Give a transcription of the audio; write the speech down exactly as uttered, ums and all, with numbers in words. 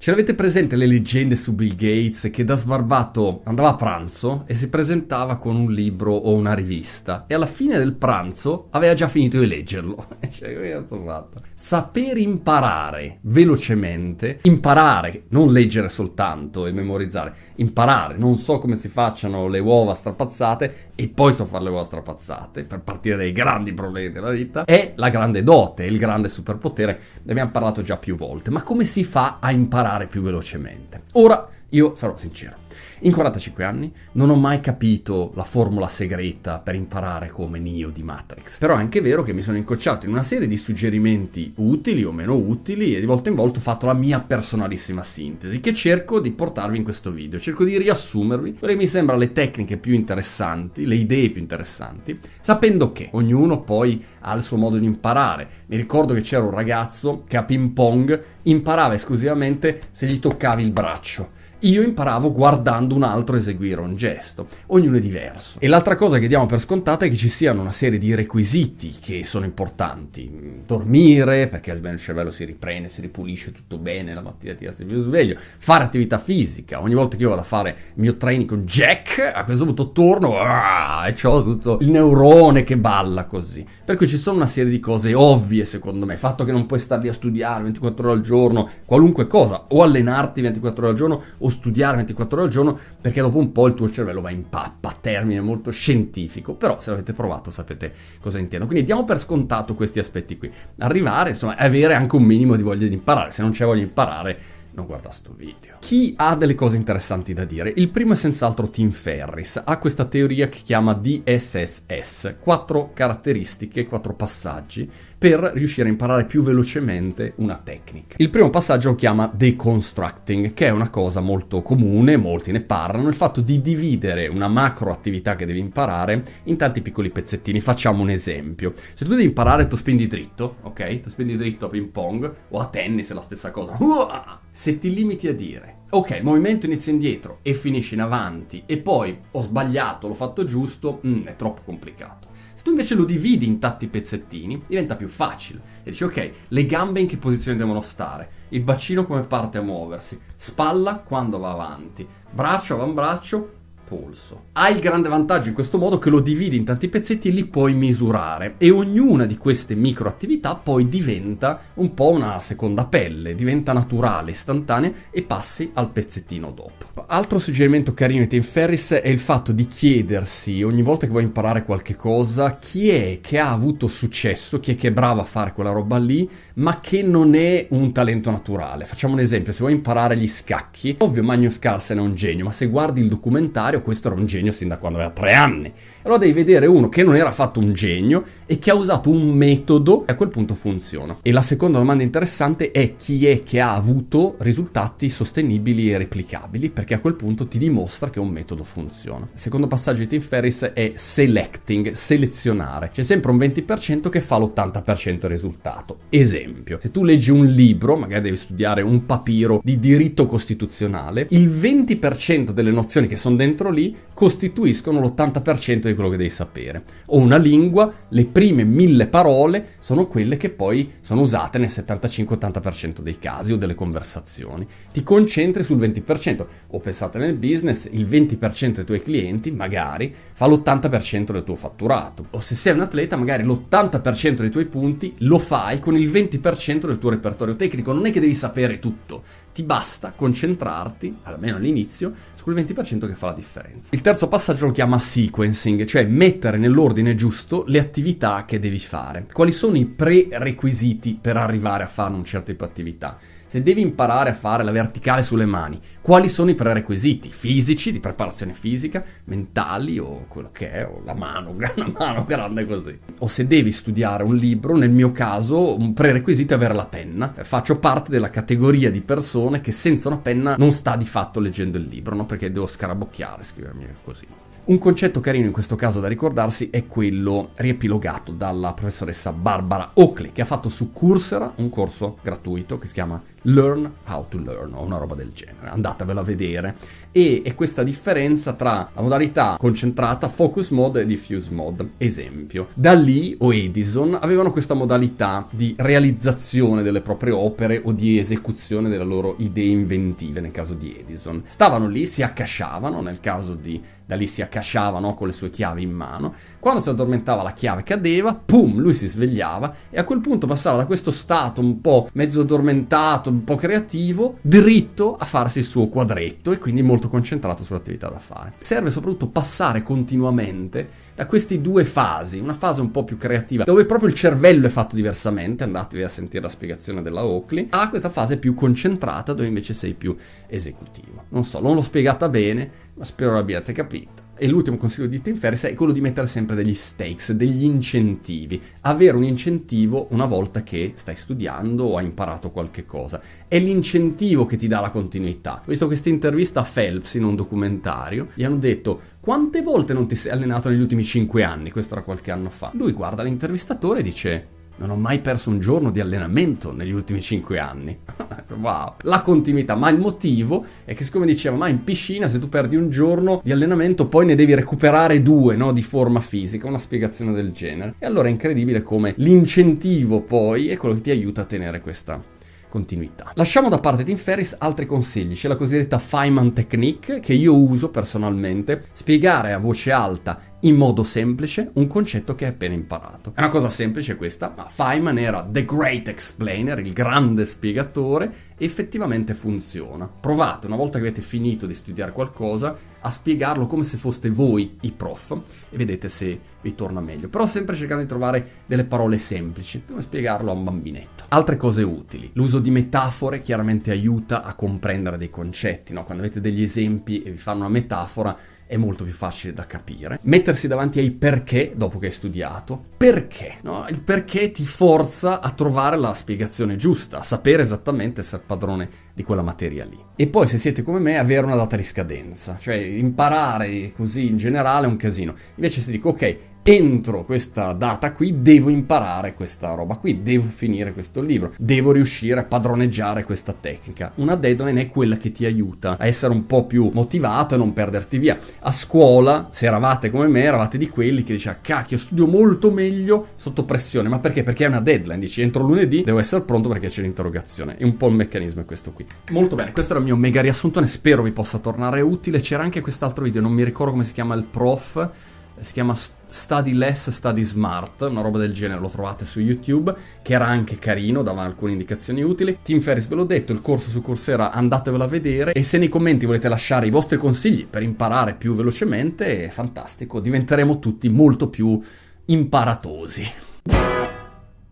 Ce l'avete presente le leggende su Bill Gates che da sbarbato andava a pranzo e si presentava con un libro o una rivista e alla fine del pranzo aveva già finito di leggerlo? Cioè, che cazzo ho fatto? Saper imparare velocemente, imparare, non leggere soltanto e memorizzare, imparare, non so come si facciano le uova strapazzate e poi so fare le uova strapazzate per partire dai grandi problemi della vita, è la grande dote, il grande superpotere, ne abbiamo parlato già più volte, ma come si fa a imparare più velocemente? Ora, io sarò sincero, in quarantacinque anni non ho mai capito la formula segreta per imparare come Neo di Matrix, però è anche vero che mi sono incocciato in una serie di suggerimenti utili o meno utili e di volta in volta ho fatto la mia personalissima sintesi che cerco di portarvi in questo video, cerco di riassumervi quelle che mi sembrano le tecniche più interessanti, le idee più interessanti, sapendo che ognuno poi ha il suo modo di imparare. Mi ricordo che c'era un ragazzo che a ping pong imparava esclusivamente se gli toccavi il braccio. Io imparavo guardando un altro eseguire un gesto, ognuno è diverso. E l'altra cosa che diamo per scontata è che ci siano una serie di requisiti che sono importanti. Dormire, perché almeno il cervello si riprende, si ripulisce tutto bene, la mattina tirarsi più sveglio, fare attività fisica. Ogni volta che io vado a fare il mio training con Jack, a questo punto torno ah, e ho tutto il neurone che balla così. Per cui ci sono una serie di cose ovvie secondo me. Il fatto che non puoi star lì a studiare ventiquattro ore al giorno, qualunque cosa, o allenarti ventiquattro ore al giorno, o studiare ventiquattro ore al giorno, perché dopo un po' il tuo cervello va in pappa, termine molto scientifico, però se l'avete provato sapete cosa intendo. Quindi diamo per scontato questi aspetti qui, arrivare insomma e avere anche un minimo di voglia di imparare. Se non c'è voglia di imparare non guarda sto video. Chi ha delle cose interessanti da dire? Il primo è senz'altro Tim Ferriss, ha questa teoria che chiama D S S S, quattro caratteristiche, quattro passaggi per riuscire a imparare più velocemente una tecnica. Il primo passaggio lo chiama deconstructing, che è una cosa molto comune, molti ne parlano, il fatto di dividere una macro attività che devi imparare in tanti piccoli pezzettini. Facciamo un esempio. Se tu devi imparare tu spendi dritto, ok? Tu spendi dritto a ping pong o a tennis è la stessa cosa. Se ti limiti a dire ok, il movimento inizia indietro e finisce in avanti e poi ho sbagliato, l'ho fatto giusto, mm, è troppo complicato. Se tu invece lo dividi in tanti pezzettini diventa più facile e dici ok, le gambe in che posizione devono stare, il bacino come parte a muoversi, spalla quando va avanti, braccio, avambraccio, polso. Hai il grande vantaggio in questo modo che lo dividi in tanti pezzetti e li puoi misurare e ognuna di queste micro attività poi diventa un po' una seconda pelle, diventa naturale, istantanea e passi al pezzettino dopo. Altro suggerimento carino di Tim Ferriss è il fatto di chiedersi ogni volta che vuoi imparare qualche cosa chi è che ha avuto successo, chi è che è bravo a fare quella roba lì ma che non è un talento naturale. Facciamo un esempio, se vuoi imparare gli scacchi, ovvio Magnus Carlsen è un genio, ma se guardi il documentario questo era un genio sin da quando aveva tre anni. Allora devi vedere uno che non era affatto un genio e che ha usato un metodo e a quel punto funziona. E la seconda domanda interessante è chi è che ha avuto risultati sostenibili e replicabili, perché a quel punto ti dimostra che un metodo funziona. Il secondo passaggio di Tim Ferriss è selecting, selezionare. C'è sempre un venti per cento che fa l'ottanta per cento risultato. Esempio, se tu leggi un libro, magari devi studiare un papiro di diritto costituzionale, il venti per cento delle nozioni che sono dentro lì costituiscono l'ottanta per cento di quello che devi sapere. O una lingua, le prime mille parole sono quelle che poi sono usate nel settantacinque ottanta per cento dei casi o delle conversazioni. Ti concentri sul venti per cento. O pensate nel business, il venti per cento dei tuoi clienti magari fa l'ottanta per cento del tuo fatturato. O se sei un atleta, magari l'ottanta per cento dei tuoi punti lo fai con il venti per cento del tuo repertorio tecnico. Non è che devi sapere tutto, ti basta concentrarti, almeno all'inizio, su quel venti per cento che fa la differenza. Il terzo passaggio lo chiama sequencing, cioè mettere nell'ordine giusto le attività che devi fare. Quali sono i prerequisiti per arrivare a fare un certo tipo di attività? Se devi imparare a fare la verticale sulle mani, quali sono i prerequisiti fisici, di preparazione fisica, mentali o quello che è, o la mano, una mano grande così. O se devi studiare un libro, nel mio caso un prerequisito è avere la penna. Faccio parte della categoria di persone che senza una penna non sta di fatto leggendo il libro, no? Perché devo scarabocchiare, scrivermi così. Un concetto carino in questo caso da ricordarsi è quello riepilogato dalla professoressa Barbara Oakley, che ha fatto su Coursera un corso gratuito che si chiama Learn How to Learn o una roba del genere, andatevelo a vedere. E è questa differenza tra la modalità concentrata, focus mode e diffuse mode. Esempio, Dalì o Edison avevano questa modalità di realizzazione delle proprie opere o di esecuzione delle loro idee inventive, nel caso di Edison. Stavano lì, si accasciavano, nel caso di Dalì si accasciavano con le sue chiavi in mano, quando si addormentava la chiave cadeva, pum, lui si svegliava e a quel punto passava da questo stato un po' mezzo addormentato, un po' creativo, dritto a farsi il suo quadretto e quindi molto concentrato sull'attività da fare. Serve soprattutto passare continuamente da queste due fasi, una fase un po' più creativa, dove proprio il cervello è fatto diversamente, andatevi a sentire la spiegazione della Oakley, a questa fase più concentrata, dove invece sei più esecutivo. Non so, non l'ho spiegata bene, ma spero l'abbiate capita. E l'ultimo consiglio di Tim Ferriss è quello di mettere sempre degli stakes, degli incentivi. Avere un incentivo una volta che stai studiando o hai imparato qualche cosa. È l'incentivo che ti dà la continuità. Ho visto questa intervista a Phelps in un documentario. Gli hanno detto: quante volte non ti sei allenato negli ultimi cinque anni? Questo era qualche anno fa. Lui guarda l'intervistatore e dice: non ho mai perso un giorno di allenamento negli ultimi cinque anni. Wow, la continuità. Ma il motivo è che, siccome diceva, ma in piscina se tu perdi un giorno di allenamento poi ne devi recuperare due, no, di forma fisica, una spiegazione del genere. E allora è incredibile come l'incentivo poi è quello che ti aiuta a tenere questa continuità. Lasciamo da parte Tim Ferriss, altri consigli. C'è la cosiddetta Feynman Technique, che io uso personalmente: spiegare a voce alta in modo semplice un concetto che hai appena imparato. È una cosa semplice questa, ma Feynman era the great explainer, il grande spiegatore, e effettivamente funziona. Provate, una volta che avete finito di studiare qualcosa, a spiegarlo come se foste voi i prof e vedete se vi torna meglio. Però sempre cercando di trovare delle parole semplici, come spiegarlo a un bambinetto. Altre cose utili: l'uso di metafore chiaramente aiuta a comprendere dei concetti, no? Quando avete degli esempi e vi fanno una metafora è molto più facile da capire. Mettersi davanti ai perché dopo che hai studiato. Perché? No? Il perché ti forza a trovare la spiegazione giusta, a sapere esattamente essere padrone di quella materia lì. E poi, se siete come me, avere una data di scadenza. Cioè, imparare così in generale è un casino. Invece se dico, ok, entro questa data qui devo imparare questa roba qui, devo finire questo libro, devo riuscire a padroneggiare questa tecnica. Una deadline è quella che ti aiuta a essere un po' più motivato e non perderti via. A scuola, se eravate come me, eravate di quelli che diceva: cacchio, studio molto meglio sotto pressione. Ma perché? Perché è una deadline, dici entro lunedì devo essere pronto perché c'è l'interrogazione. E un po' il meccanismo è questo qui. Molto bene, questo era il mio mega riassuntone, spero vi possa tornare utile. C'era anche quest'altro video, non mi ricordo come si chiama il prof, si chiama Study Less, Study Smart, una roba del genere, lo trovate su YouTube, che era anche carino, dava alcune indicazioni utili. Tim Ferriss ve l'ho detto, il corso su Coursera andatevelo a vedere, e se nei commenti volete lasciare i vostri consigli per imparare più velocemente, è fantastico, diventeremo tutti molto più imparatosi.